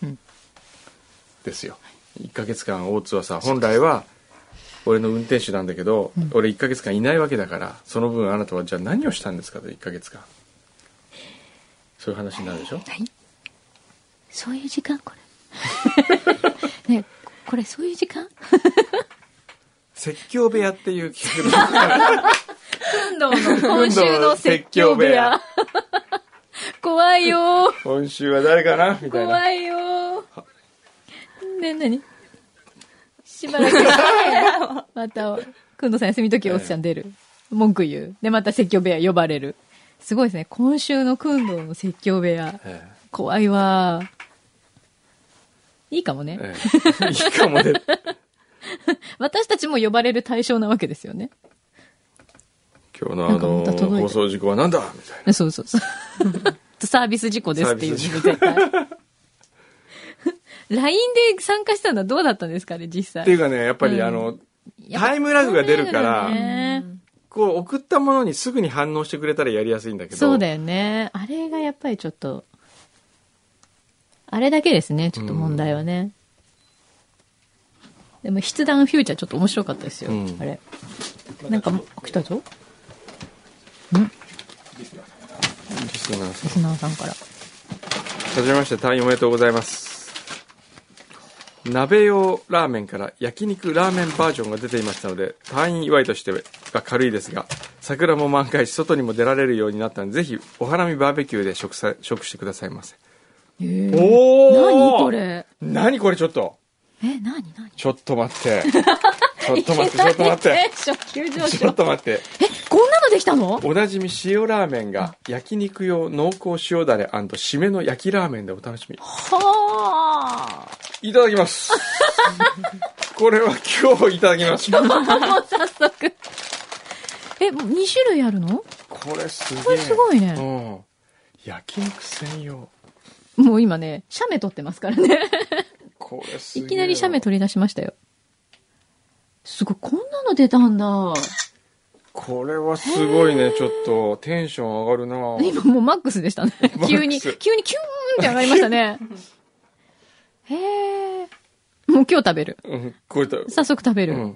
[SPEAKER 1] ですよ。1ヶ月間大津はさ、本来は俺の運転手なんだけど、俺1ヶ月間いないわけだから、その分あなたはじゃあ何をしたんですかと、1ヶ月間。そういう話になるでしょ。はい。
[SPEAKER 2] そういう時間これ。ね、これそういう時間
[SPEAKER 1] 説教部屋っていう企画
[SPEAKER 2] 工藤の今週の説教部屋。怖いよ。
[SPEAKER 1] 今週は誰かなみたいな。
[SPEAKER 2] 怖いよ。ね、何しばらくまた工藤さん休み時おっちゃん出る、文句言うでまた説教部屋呼ばれる。すごいですね、今週の工藤の説教部屋、怖いわ。いいかもね、
[SPEAKER 1] いいかもね。
[SPEAKER 2] 私たちも呼ばれる対象なわけですよね。
[SPEAKER 1] 今日の放送事故は何だみたいな。
[SPEAKER 2] そうそうそうサービス事故ですっていう絶対LINE で参加したのはどうだったんですかね、実際。
[SPEAKER 1] っていうかね、やっぱりタイムラグが出るから、こう送ったものにすぐに反応してくれたらやりやすいんだけど。
[SPEAKER 2] そうだよね。あれがやっぱりちょっと、あれだけですね、ちょっと問題はね。でも筆談フューチャーちょっと面白かったですよ、あれ。なんか来たぞ。リスナーさんから。
[SPEAKER 1] はじめまして、退院おめでとうございます。鍋用ラーメンから焼肉ラーメンバージョンが出ていましたので、退院祝いとしては軽いですが、桜も満開し外にも出られるようになったので、ぜひお花見バーベキューで食してくださいませ。
[SPEAKER 2] おー、何これ。
[SPEAKER 1] 何これ、ちょっと。
[SPEAKER 2] 何
[SPEAKER 1] ちょっと待って。ちょっと待って。
[SPEAKER 2] 初級上昇。
[SPEAKER 1] ちょっと待って。
[SPEAKER 2] こんなのできたの？
[SPEAKER 1] おなじみ塩ラーメンが焼肉用濃厚塩だれ&締めの焼きラーメンでお楽しみ。
[SPEAKER 2] はあ。
[SPEAKER 1] いただきます。これは今日いただきます。
[SPEAKER 2] もう早速。もう2種類あるの？
[SPEAKER 1] これすげえ。
[SPEAKER 2] これすごいね。
[SPEAKER 1] 焼肉専用。
[SPEAKER 2] もう今ね、写メ撮ってますからね。
[SPEAKER 1] これすげえ。
[SPEAKER 2] いきなり写メ取り出しましたよ。すごい、こんなの出たんだ。
[SPEAKER 1] これはすごいね、ちょっとテンション上がるな。
[SPEAKER 2] 今もうマックスでしたね。急にキューンって上がりましたね。へえ。もう今日食べる。
[SPEAKER 1] これ
[SPEAKER 2] 早速食べる。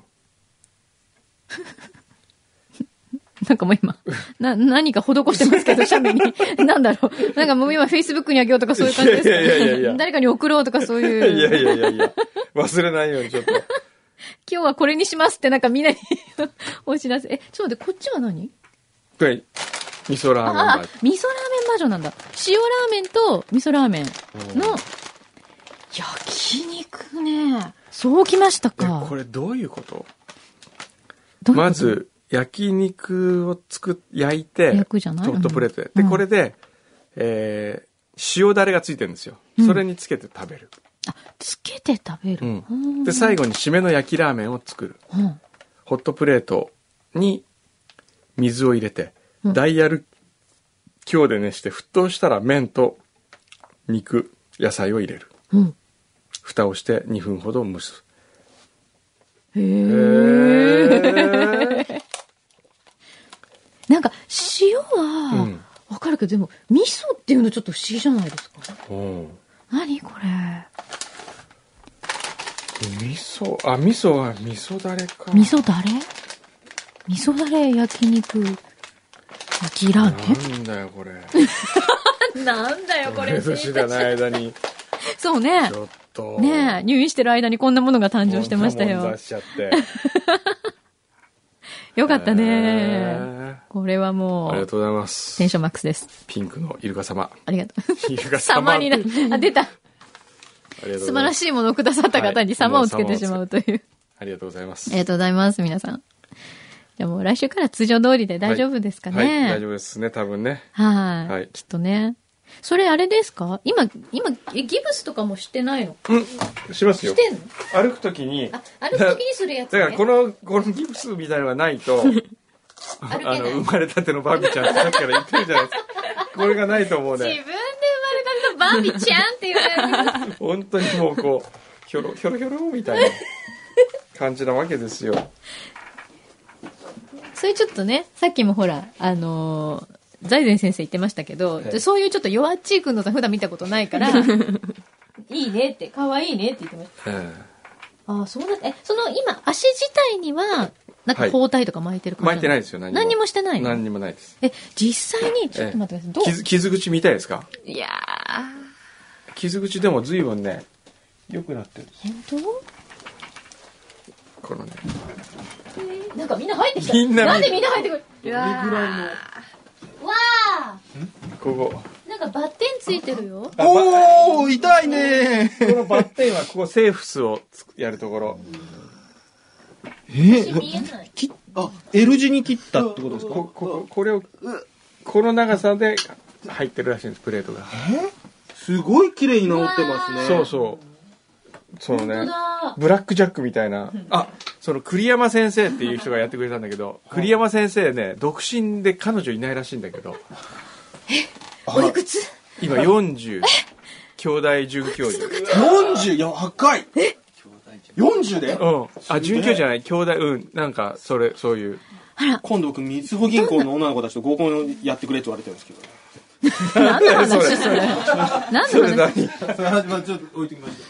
[SPEAKER 2] なんかもう今、何か施してますけど、写メに。なんだろう。なんかもう今、Facebook にあげようとかそういう感じですか？いや誰かに送ろうとかそういう。
[SPEAKER 1] いや。忘れないようにちょっと。
[SPEAKER 2] 今日はこれにしますってなんかみんなにお知らせ。ちょっと待って、こっちは何？
[SPEAKER 1] これ、味噌ラーメンバージョン。
[SPEAKER 2] 味噌ラーメンバージョンなんだ。塩ラーメンと味噌ラーメンの焼肉ね。そうきましたか。
[SPEAKER 1] これどういうこと？まず、焼肉を焼いて、
[SPEAKER 2] 焼くじゃない？
[SPEAKER 1] ホットプレートで。で、これで、 塩だれがついてるんですよ。それにつけて食べる。
[SPEAKER 2] あ、つけて食べる。
[SPEAKER 1] で、最後に締めの焼きラーメンを作る。ホットプレートに水を入れて、ダイヤル強で熱して沸騰したら麺と肉、野菜を入れる。蓋をして2分ほど蒸す。
[SPEAKER 2] へー。なんか塩はわかるけど、でも味噌っていうのちょっと不思議じゃないですか。何これ。
[SPEAKER 1] 味噌は味噌だれか。
[SPEAKER 2] 味噌だれ焼肉焼きラーメン。
[SPEAKER 1] なんだよこれ。
[SPEAKER 2] なんだよこれ。
[SPEAKER 1] 知らない間に。
[SPEAKER 2] そうね。
[SPEAKER 1] ちょっと。
[SPEAKER 2] ねえ、入院してる間にこんなものが誕生してましたよ。
[SPEAKER 1] こんなもん出しちゃって。
[SPEAKER 2] よかったね。これはもう。
[SPEAKER 1] ありがとうございます。
[SPEAKER 2] テンションマックスです。
[SPEAKER 1] ピンクのイルカ様。
[SPEAKER 2] ありがとう。
[SPEAKER 1] イルカ様
[SPEAKER 2] になる。あ、出た。素晴らしいものをくださった方に様をつけてしまうという。
[SPEAKER 1] ありがとうございます。
[SPEAKER 2] ありがとうございます、皆さん。じゃあもう来週から通常通りで大丈夫ですかね。
[SPEAKER 1] はい、大丈夫ですね、多分ね。
[SPEAKER 2] はい。きっとね。それあれですか？今、ギブスとかもしてないの？
[SPEAKER 1] しますよ。
[SPEAKER 2] してんの？
[SPEAKER 1] 歩くときに。
[SPEAKER 2] 歩くときにするやつね。
[SPEAKER 1] だからこのギブスみたいなのがないと、生まれたてのバービーちゃんってさっきから言ってるじゃないですか。これがないと思うね。
[SPEAKER 2] 自分で生まれたてのバービーちゃんって言われる。
[SPEAKER 1] 本当にもうこう、ひょろひょろひょろみたいな感じなわけですよ。そ
[SPEAKER 2] れちょっとね、さっきもほら、財前先生言ってましたけど、そういうちょっと弱っちいくんのさん普段見たことないから、いいねって、可愛いねって言ってました。ああ、そうだって、その今、足自体には、なんか包帯とか巻いてる感じ、
[SPEAKER 1] 巻いてないですよ、
[SPEAKER 2] 何にもしてないの？
[SPEAKER 1] 何にもないです。
[SPEAKER 2] 実際に、ちょっと待ってください。
[SPEAKER 1] 傷口見たいですか？
[SPEAKER 2] いや
[SPEAKER 1] ー。傷口でも随分ね、良くなってるんです。
[SPEAKER 2] 本
[SPEAKER 1] 当？このね。
[SPEAKER 2] なんかみんな入ってきた。
[SPEAKER 1] なん
[SPEAKER 2] でみんな入ってくる？
[SPEAKER 1] どれぐらいの。
[SPEAKER 2] わあ。
[SPEAKER 1] ここ。
[SPEAKER 2] なんかバッテンついてるよ。
[SPEAKER 4] おー、痛いね
[SPEAKER 1] このバッテンはここセーフスをやるところ。
[SPEAKER 2] 見えない。
[SPEAKER 4] L 字に切ったってことですか？
[SPEAKER 1] これを、この長さで入ってるらしいんです、プレートが。
[SPEAKER 4] すごい綺麗に治ってますね。
[SPEAKER 1] そうそう。そのね、ブラックジャックみたいな。その栗山先生っていう人がやってくれたんだけど、栗山先生ね、独身で彼女いないらしいんだけど。
[SPEAKER 2] おいくつ？
[SPEAKER 1] 今40。兄弟准教授。
[SPEAKER 4] 40？いや、若い。40で？
[SPEAKER 1] 准教授じゃない、兄弟、なんか、そういう。
[SPEAKER 4] 今度僕、みずほ銀行の女の子たちと合コンやってくれって言われてるんですけど。
[SPEAKER 2] 何の話それ？何の話？
[SPEAKER 4] ちょっと置いてきました。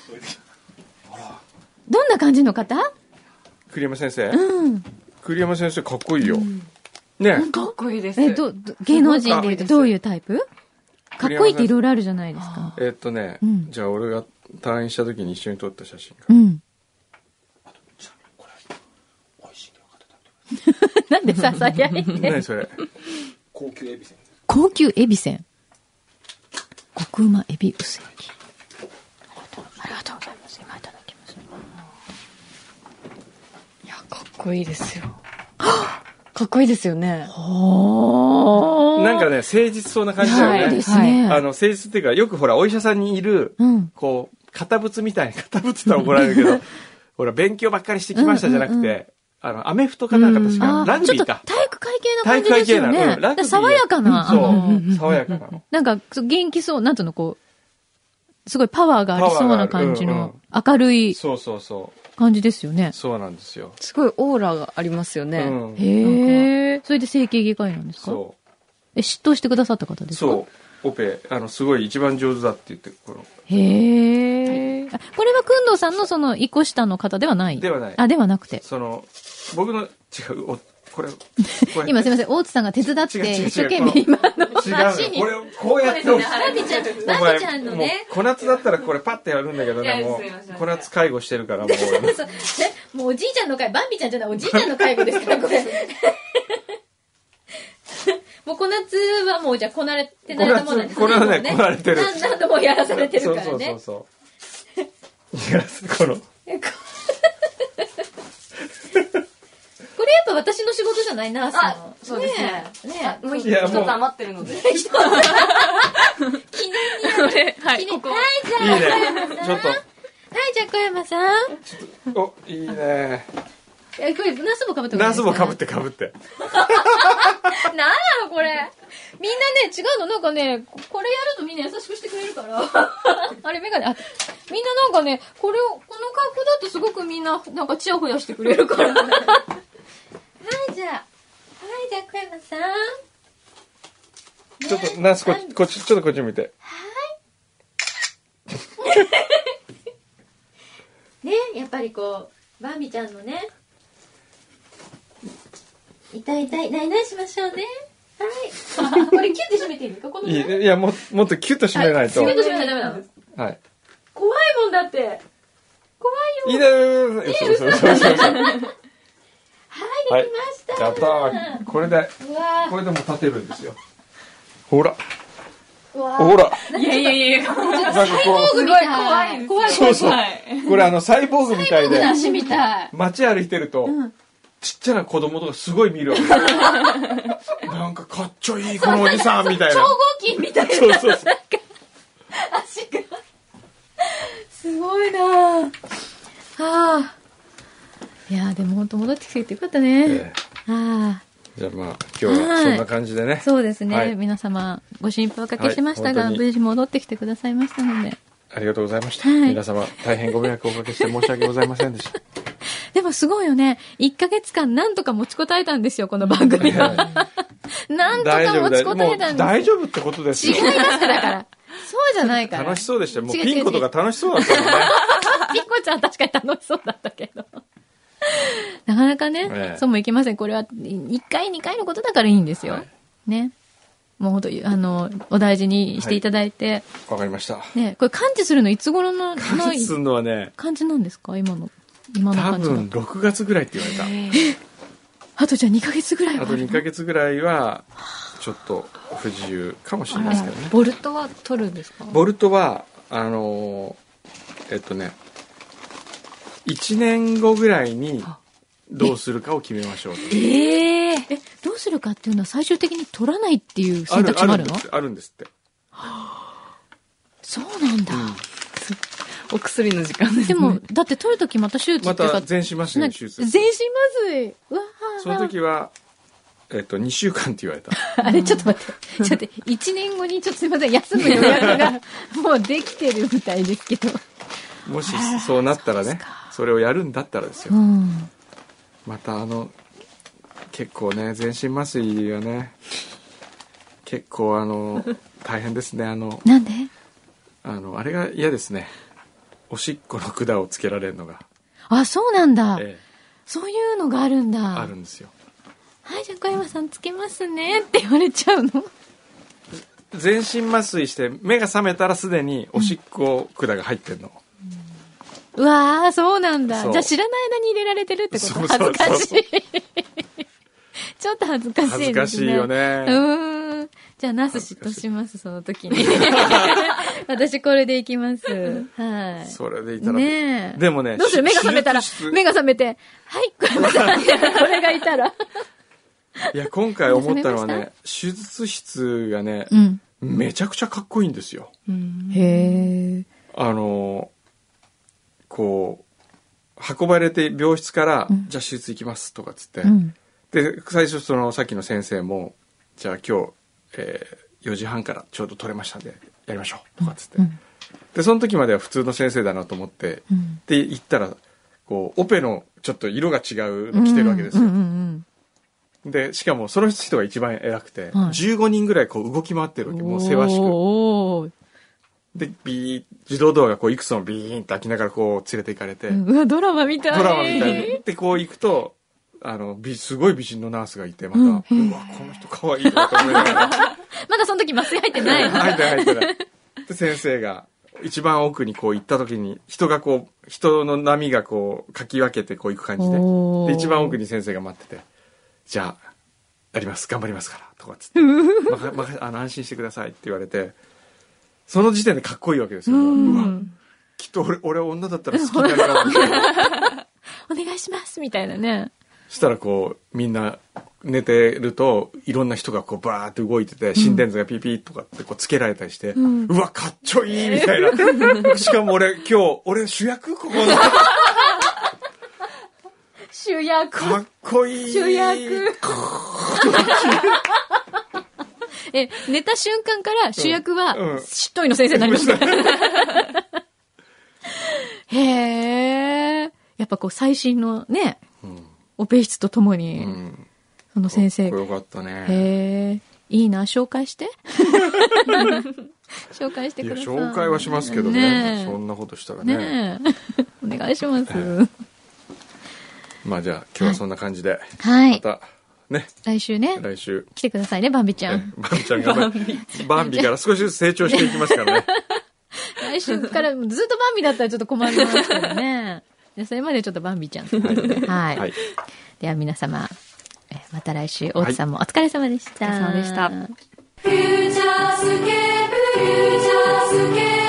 [SPEAKER 2] どんな感じの方？
[SPEAKER 1] 栗山先生？栗山先生かっこいいよ。ね。
[SPEAKER 3] かっこいいです。
[SPEAKER 2] 芸能人で言うとどういうタイプ？かっこいいっていろいろあるじゃないですか。
[SPEAKER 1] じゃあ俺が退院した時に一緒に撮った写真が。
[SPEAKER 2] なんでささやいて。
[SPEAKER 1] 何それ？
[SPEAKER 4] 高級エビせん。
[SPEAKER 2] 高級エビせん。極うまエビ薄焼き。ありがとうございます。今いただきます。
[SPEAKER 3] いや、かっこいいですよ。かっこいいですよね。
[SPEAKER 1] なんかね、誠実そうな感じだよね。
[SPEAKER 2] ですね。
[SPEAKER 1] 誠実っていうか、よくほら、お医者さんにいる、こう、堅物みたいな、堅物って怒られるけど、ほら、勉強ばっかりしてきましたじゃなくて、アメフトかなんか確か、ラグビーか。
[SPEAKER 2] 体育会系な感じですよね。ラグビー。爽やかな。
[SPEAKER 1] そう、爽やかな。
[SPEAKER 2] なんか、元気そう、なんとのこう、すごいパワーがありそうな感じの、明るい。
[SPEAKER 1] そうそうそう。
[SPEAKER 2] 感じですよね。
[SPEAKER 1] そうなんですよ。
[SPEAKER 3] すごいオーラがありますよね。
[SPEAKER 2] へえ。それで整形外科医なんですか？
[SPEAKER 1] そう。
[SPEAKER 2] 嫉妬してくださった方ですか？
[SPEAKER 1] そう。オペ、すごい一番上手だって言って、
[SPEAKER 2] へえ。これはくんどうさんのその一個下の方ではない？
[SPEAKER 1] ではない。
[SPEAKER 2] ではなくて。
[SPEAKER 1] 僕の、違う、これ
[SPEAKER 2] 今すいません、大津さんが手伝って、一生懸命今の
[SPEAKER 1] 話に。これ、こうやって。バ
[SPEAKER 2] ビちゃんのね。
[SPEAKER 1] 小夏だったらこれパッてやるんだけどね、もう、小夏介護してるから、もう。
[SPEAKER 2] もうおじいちゃんの介護、バンビちゃんじゃない、おじいちゃんの介護ですから、これ。もう小夏はもうじゃあこなれてないたもんなんですね。
[SPEAKER 1] これはね、こなれてる。
[SPEAKER 2] 何度もやらされてるからね。
[SPEAKER 1] そう。いや、これやっぱ
[SPEAKER 2] は私の仕事じゃない、ナースの。
[SPEAKER 3] そうですね。
[SPEAKER 2] ね
[SPEAKER 3] もう一つ余ってるので。
[SPEAKER 2] 記念に
[SPEAKER 3] これ、はい。
[SPEAKER 2] 記念。
[SPEAKER 3] ここ。
[SPEAKER 2] はい、じゃあ、小山さん。
[SPEAKER 1] ちょっと。
[SPEAKER 2] はい、じゃあ、小山さん。
[SPEAKER 1] お、いいね。
[SPEAKER 2] これ、ナース帽かぶって
[SPEAKER 1] ナース帽かぶって。
[SPEAKER 2] なんなのこれ。みんなね、違うの。なんかね、これやるとみんな優しくしてくれるから。あれ、メガネ、あ、みんななんかね、この格好だとすごくみんな、なんかチヤホヤしてくれるから、ね。はい、じゃあ、小山さん。
[SPEAKER 1] ちょっと、ナースこっち、ちょっとこっち見て。
[SPEAKER 2] ね、やっぱりこう、バービーちゃんのね、痛い、ないしましょうね。はい。これキュッて締めていいかこの
[SPEAKER 1] いや、もっとキュッと締めないと。
[SPEAKER 2] キュッと締めないとダメなの。
[SPEAKER 1] はい。
[SPEAKER 2] 怖いもんだって。怖いよ。
[SPEAKER 1] いいね。そう。
[SPEAKER 2] はい、できました。
[SPEAKER 1] やったー。これでも立てるんですよ。ほら。ほら。
[SPEAKER 3] いや。
[SPEAKER 1] なんかこ
[SPEAKER 2] すごい怖い。
[SPEAKER 1] そう。これサイボーグみたいで。
[SPEAKER 2] 足みたい。
[SPEAKER 1] 街歩いてると、ちっちゃな子供とかすごい見るわけ。なんかかっちょいいこのおじさんみたいな。
[SPEAKER 2] 超合金みたいな。
[SPEAKER 1] そう。
[SPEAKER 2] 足が。すごいなぁ。いやでも本当戻ってきてよかったね。
[SPEAKER 1] じゃあまあ今日はそんな感じでね。
[SPEAKER 2] そうですね。
[SPEAKER 1] はい、
[SPEAKER 2] 皆様ご心配おかけしましたが、無事戻ってきてくださいましたので。
[SPEAKER 1] ありがとうございました。皆様大変ご迷惑をおかけして申し訳ございませんでした。
[SPEAKER 2] でもすごいよね。1ヶ月間なんとか持ちこたえたんですよ、この番組は。なんとか持ちこたえたんです。
[SPEAKER 1] 大丈夫ってことですよ。
[SPEAKER 2] 違いますだから。そうじゃないから。
[SPEAKER 1] 楽しそうでしたよ。もうピンコとか楽しそうだったもんね。
[SPEAKER 2] ピンコちゃん確かに楽しそうだったけど。なかなかね、そうもいけません。これは1回、2回のことだからいいんですよ。ね。もう本当お大事にしていただいて。
[SPEAKER 1] わかりました。
[SPEAKER 2] ね、これ完治するのいつ頃の
[SPEAKER 1] 完治するのはね。
[SPEAKER 2] 感じなんですか今の
[SPEAKER 1] 感じ。多分6月ぐらいって言われた。
[SPEAKER 2] あとじゃあ2ヶ月ぐらいは
[SPEAKER 1] あと2ヶ月ぐらいは、ちょっと不自由かもしれないですけどね。
[SPEAKER 3] ボルトは取るんですか？
[SPEAKER 1] ボルトは、1年後ぐらいにどうするかを決めましょうと。
[SPEAKER 2] どうするかっていうのは最終的に取らないっていう選択肢もあるの？
[SPEAKER 1] あるんですって。
[SPEAKER 2] そうなんだ。
[SPEAKER 3] お薬の時間ですね。
[SPEAKER 2] でも、だって取るときまた手術って
[SPEAKER 1] また全身麻酔の手術。
[SPEAKER 2] 全身麻酔。うわ
[SPEAKER 1] その時は、2週間って言われた。
[SPEAKER 2] あれ、ちょっと待って。1年後にちょっとすいません、休む予約がもうできてるみたいですけど。
[SPEAKER 1] もしそうなったらね、それをやるんだったらですよ。また結構ね、全身麻酔はね、結構大変ですね。
[SPEAKER 2] なんで？
[SPEAKER 1] あれが嫌ですね。おしっこの管をつけられるのが。
[SPEAKER 2] あ、そうなんだ。そういうのがあるんだ。
[SPEAKER 1] あるんですよ。
[SPEAKER 2] はい、じゃあ小山さんつけますねって言われちゃうの？
[SPEAKER 1] 全身麻酔して目が覚めたらすでにおしっこ管が入ってるの。
[SPEAKER 2] うわー、そうなんだ。じゃあ知らない間に入れられてるってこと？恥ずかしい。ちょっと恥ずかしいですね。
[SPEAKER 1] 恥ずかしいよね。
[SPEAKER 2] じゃあナース嫉妬します、その時に。私これでいきます。はい。
[SPEAKER 1] それでいたら。
[SPEAKER 2] ねえ。
[SPEAKER 1] でもね、
[SPEAKER 2] どうする？目が覚めたら、目が覚めて、はい、これがいたら。
[SPEAKER 1] いや、今回思ったのはね、手術室がね、めちゃくちゃかっこいいんですよ。
[SPEAKER 2] へえ。
[SPEAKER 1] こう、運ばれて病室から、じゃあ手術行きますとかっつって。で、最初さっきの先生も、じゃあ今日、4時半からちょうど取れましたんで、やりましょうとかっつって。で、その時までは普通の先生だなと思って、で、行ったら、こう、オペのちょっと色が違うの着てるわけですよ。で、しかもその人が一番偉くて、15人ぐらいこう動き回ってるわけ、もうせわしく。で、自動ドアがこういくつもビーンって開きながらこう連れて行かれて。
[SPEAKER 2] うわ、ドラマみたい。
[SPEAKER 1] ドラマみたいに。で、こう行くと、すごい美人のナースがいて、また、うわ、この人可愛いとか思いながら。
[SPEAKER 2] まだその時麻酔入ってないの？
[SPEAKER 1] 入ってない。で、先生が、一番奥にこう行った時に、人の波がこう、かき分けてこう行く感じで。で、一番奥に先生が待ってて、じゃあ、やります、頑張りますから、とかつって。安心してくださいって言われて、その時点でかっこいいわけですよ。うわ、きっと俺女だったら好きになるから。
[SPEAKER 2] お願いしますみたいなね。
[SPEAKER 1] そしたらこうみんな寝てるといろんな人がこうバーって動いてて心電図がピピッとかってこうつけられたりして、うわかっちょいいみたいなしかも俺主役ここの
[SPEAKER 2] 主役
[SPEAKER 1] かっこいい
[SPEAKER 2] 主役寝た瞬間から主役はしっといの先生になりました、へえ。やっぱこう最新のね、オペ室とともに、その先生。
[SPEAKER 1] よかったね。
[SPEAKER 2] へえ。いいな、紹介して。紹介してください。
[SPEAKER 1] 紹介はしますけどね。そんなことしたらね。
[SPEAKER 2] お願いします。
[SPEAKER 1] まあじゃあ今日はそんな感じで。
[SPEAKER 2] はい。
[SPEAKER 1] また、ね。
[SPEAKER 2] 来週ね。
[SPEAKER 1] 来週。
[SPEAKER 2] 来てくださいね、バンビちゃん。
[SPEAKER 1] バンビちゃんがバンビから少しずつ成長していきますからね。
[SPEAKER 2] 来週からずっとバンビだったらちょっと困りますけどね。それまでちょっとバンビちゃん。はい。はい、では皆様、また来週、大津さんもお疲れ様でした。
[SPEAKER 3] お疲れ様でした。
[SPEAKER 2] フューチャースケープ、フューチャースケープ